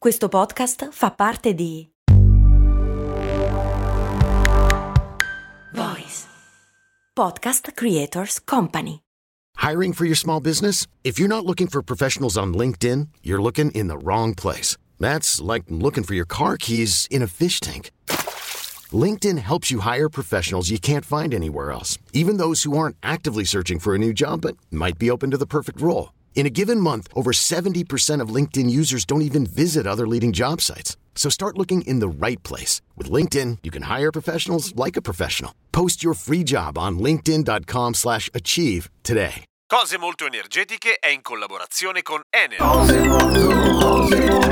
Questo podcast fa parte di Voice Podcast Creators Company. Hiring for your small business? If you're not looking for professionals on LinkedIn, you're looking in the wrong place. That's like looking for your car keys in a fish tank. LinkedIn helps you hire professionals you can't find anywhere else, even those who aren't actively searching for a new job but might be open to the perfect role. In a given month, over 70% of LinkedIn users don't even visit other leading job sites. So start looking in the right place. With LinkedIn, you can hire professionals like a professional. Post your free job on linkedin.com/achieve today. Cose molto energetiche è in collaborazione con Enel. Cose molto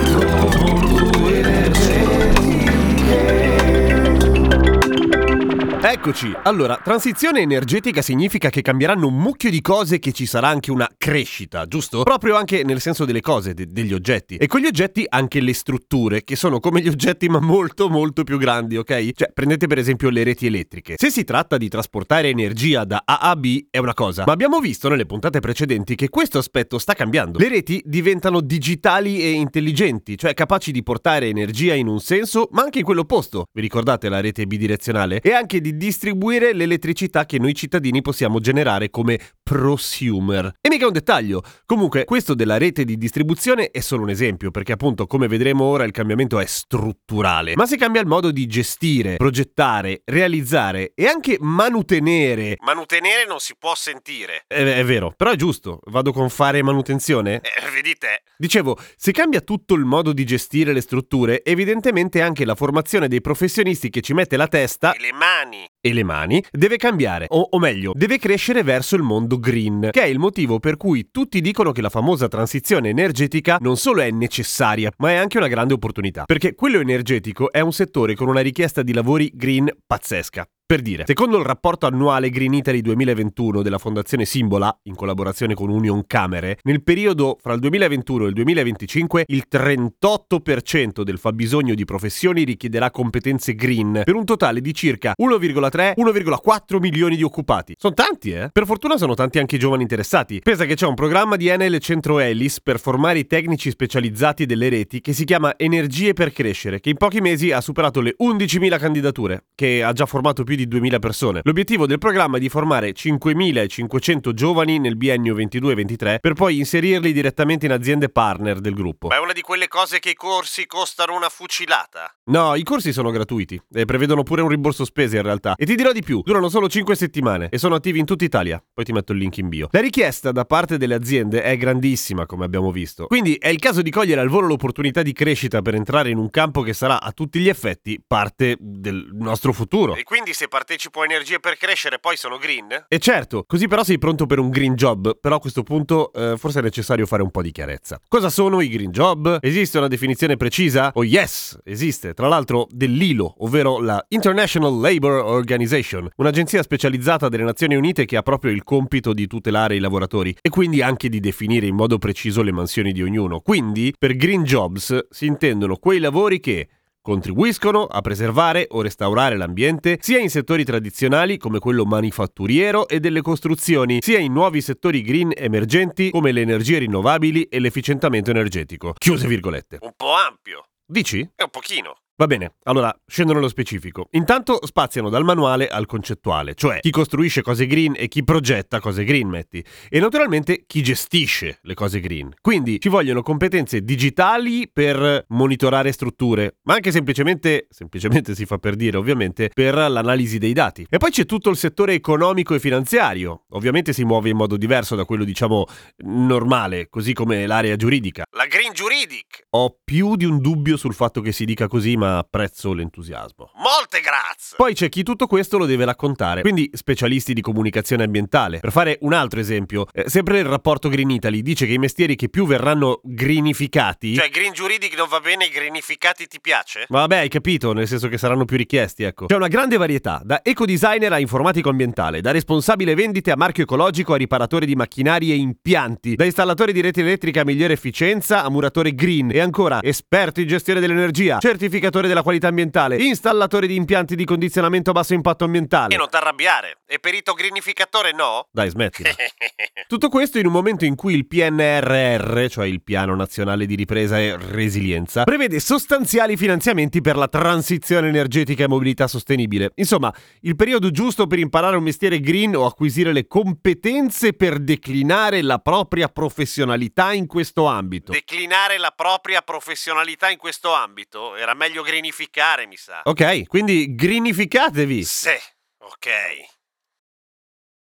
energetiche. Eccoci, allora, transizione energetica significa che cambieranno un mucchio di cose, che ci sarà anche una crescita, giusto? Proprio anche nel senso delle cose, degli oggetti. E con gli oggetti anche le strutture, che sono come gli oggetti ma molto molto più grandi, ok? Cioè, prendete per esempio le reti elettriche. Se si tratta di trasportare energia da A a B è una cosa, ma abbiamo visto nelle puntate precedenti che questo aspetto sta cambiando. Le reti diventano digitali e intelligenti, cioè capaci di portare energia in un senso ma anche in quello opposto. Vi ricordate la rete bidirezionale? E anche di distribuire l'elettricità che noi cittadini possiamo generare come prosumer. E mica un dettaglio. Comunque, questo della rete di distribuzione è solo un esempio, perché appunto, come vedremo ora, il cambiamento è strutturale. Ma se cambia il modo di gestire, progettare, realizzare e anche manutenere. Manutenere non si può sentire. È vero, però è giusto. Vado con fare manutenzione? Vedi te. Dicevo, se cambia tutto il modo di gestire le strutture, evidentemente anche la formazione dei professionisti che ci mette la testa E le mani. deve cambiare, o meglio, deve crescere verso il mondo green, che è il motivo per cui tutti dicono che la famosa transizione energetica non solo è necessaria, ma è anche una grande opportunità, perché quello energetico è un settore con una richiesta di lavori green pazzesca. Per dire, secondo il rapporto annuale Green Italy 2021 della Fondazione Simbola, in collaborazione con Union Camere, nel periodo fra il 2021 e il 2025 il 38% del fabbisogno di professioni richiederà competenze green, per un totale di circa 1,3-1,4 milioni di occupati. Sono tanti, eh? Per fortuna sono tanti anche i giovani interessati. Pensa che c'è un programma di Enel Centro Elis per formare i tecnici specializzati delle reti che si chiama Energie per Crescere, che in pochi mesi ha superato le 11.000 candidature, che ha già formato più di 2.000 persone. L'obiettivo del programma è di formare 5.500 giovani nel biennio 22-23 per poi inserirli direttamente in aziende partner del gruppo. Ma è una di quelle cose che i corsi costano una fucilata. No, i corsi sono gratuiti e prevedono pure un rimborso spese in realtà. E ti dirò di più, durano solo 5 settimane e sono attivi in tutta Italia. Poi ti metto il link in bio. La richiesta da parte delle aziende è grandissima, come abbiamo visto. Quindi è il caso di cogliere al volo l'opportunità di crescita per entrare in un campo che sarà a tutti gli effetti parte del nostro futuro. E quindi se partecipo a Energie per Crescere poi sono green? E certo, così però sei pronto per un green job, però a questo punto forse è necessario fare un po' di chiarezza. Cosa sono i green job? Esiste una definizione precisa? Oh yes, esiste, tra l'altro dell'ILO, ovvero la International Labour Organization, un'agenzia specializzata delle Nazioni Unite che ha proprio il compito di tutelare i lavoratori e quindi anche di definire in modo preciso le mansioni di ognuno. Quindi, per green jobs si intendono quei lavori che contribuiscono a preservare o restaurare l'ambiente sia in settori tradizionali come quello manifatturiero e delle costruzioni, sia in nuovi settori green emergenti come le energie rinnovabili e l'efficientamento energetico. Chiuse virgolette. Un po' ampio. Dici? È un pochino. Va bene, allora scendo nello specifico. Intanto spaziano dal manuale al concettuale, cioè chi costruisce cose green e chi progetta cose green, metti. E naturalmente chi gestisce le cose green. Quindi ci vogliono competenze digitali per monitorare strutture, ma anche semplicemente si fa per dire ovviamente, per l'analisi dei dati. E poi c'è tutto il settore economico e finanziario. Ovviamente si muove in modo diverso da quello diciamo normale, così come l'area giuridica. La Green Juridic. Ho più di un dubbio sul fatto che si dica così, ma apprezzo l'entusiasmo. Molte grazie! Poi c'è chi tutto questo lo deve raccontare, quindi specialisti di comunicazione ambientale. Per fare un altro esempio, sempre il rapporto Green Italy dice che i mestieri che più verranno greenificati... Cioè Green Juridic non va bene, i greenificati ti piace? Vabbè, hai capito, nel senso che saranno più richiesti, ecco. C'è una grande varietà, da ecodesigner a informatico ambientale, da responsabile vendite a marchio ecologico a riparatore di macchinari e impianti, da installatore di rete elettrica a migliore efficienza a muratore green e ancora esperto in gestione dell'energia, certificatore verificatore della qualità ambientale, installatore di impianti di condizionamento a basso impatto ambientale. E non t'arrabbiare. E perito greenificatore no? Dai, smettila. Tutto questo in un momento in cui il PNRR, cioè il Piano Nazionale di Ripresa e Resilienza, prevede sostanziali finanziamenti per la transizione energetica e mobilità sostenibile. Insomma, il periodo giusto per imparare un mestiere green o acquisire le competenze per declinare la propria professionalità in questo ambito. Declinare la propria professionalità in questo ambito? Era meglio greenificare, mi sa. Ok, quindi greenificatevi! Sì, ok.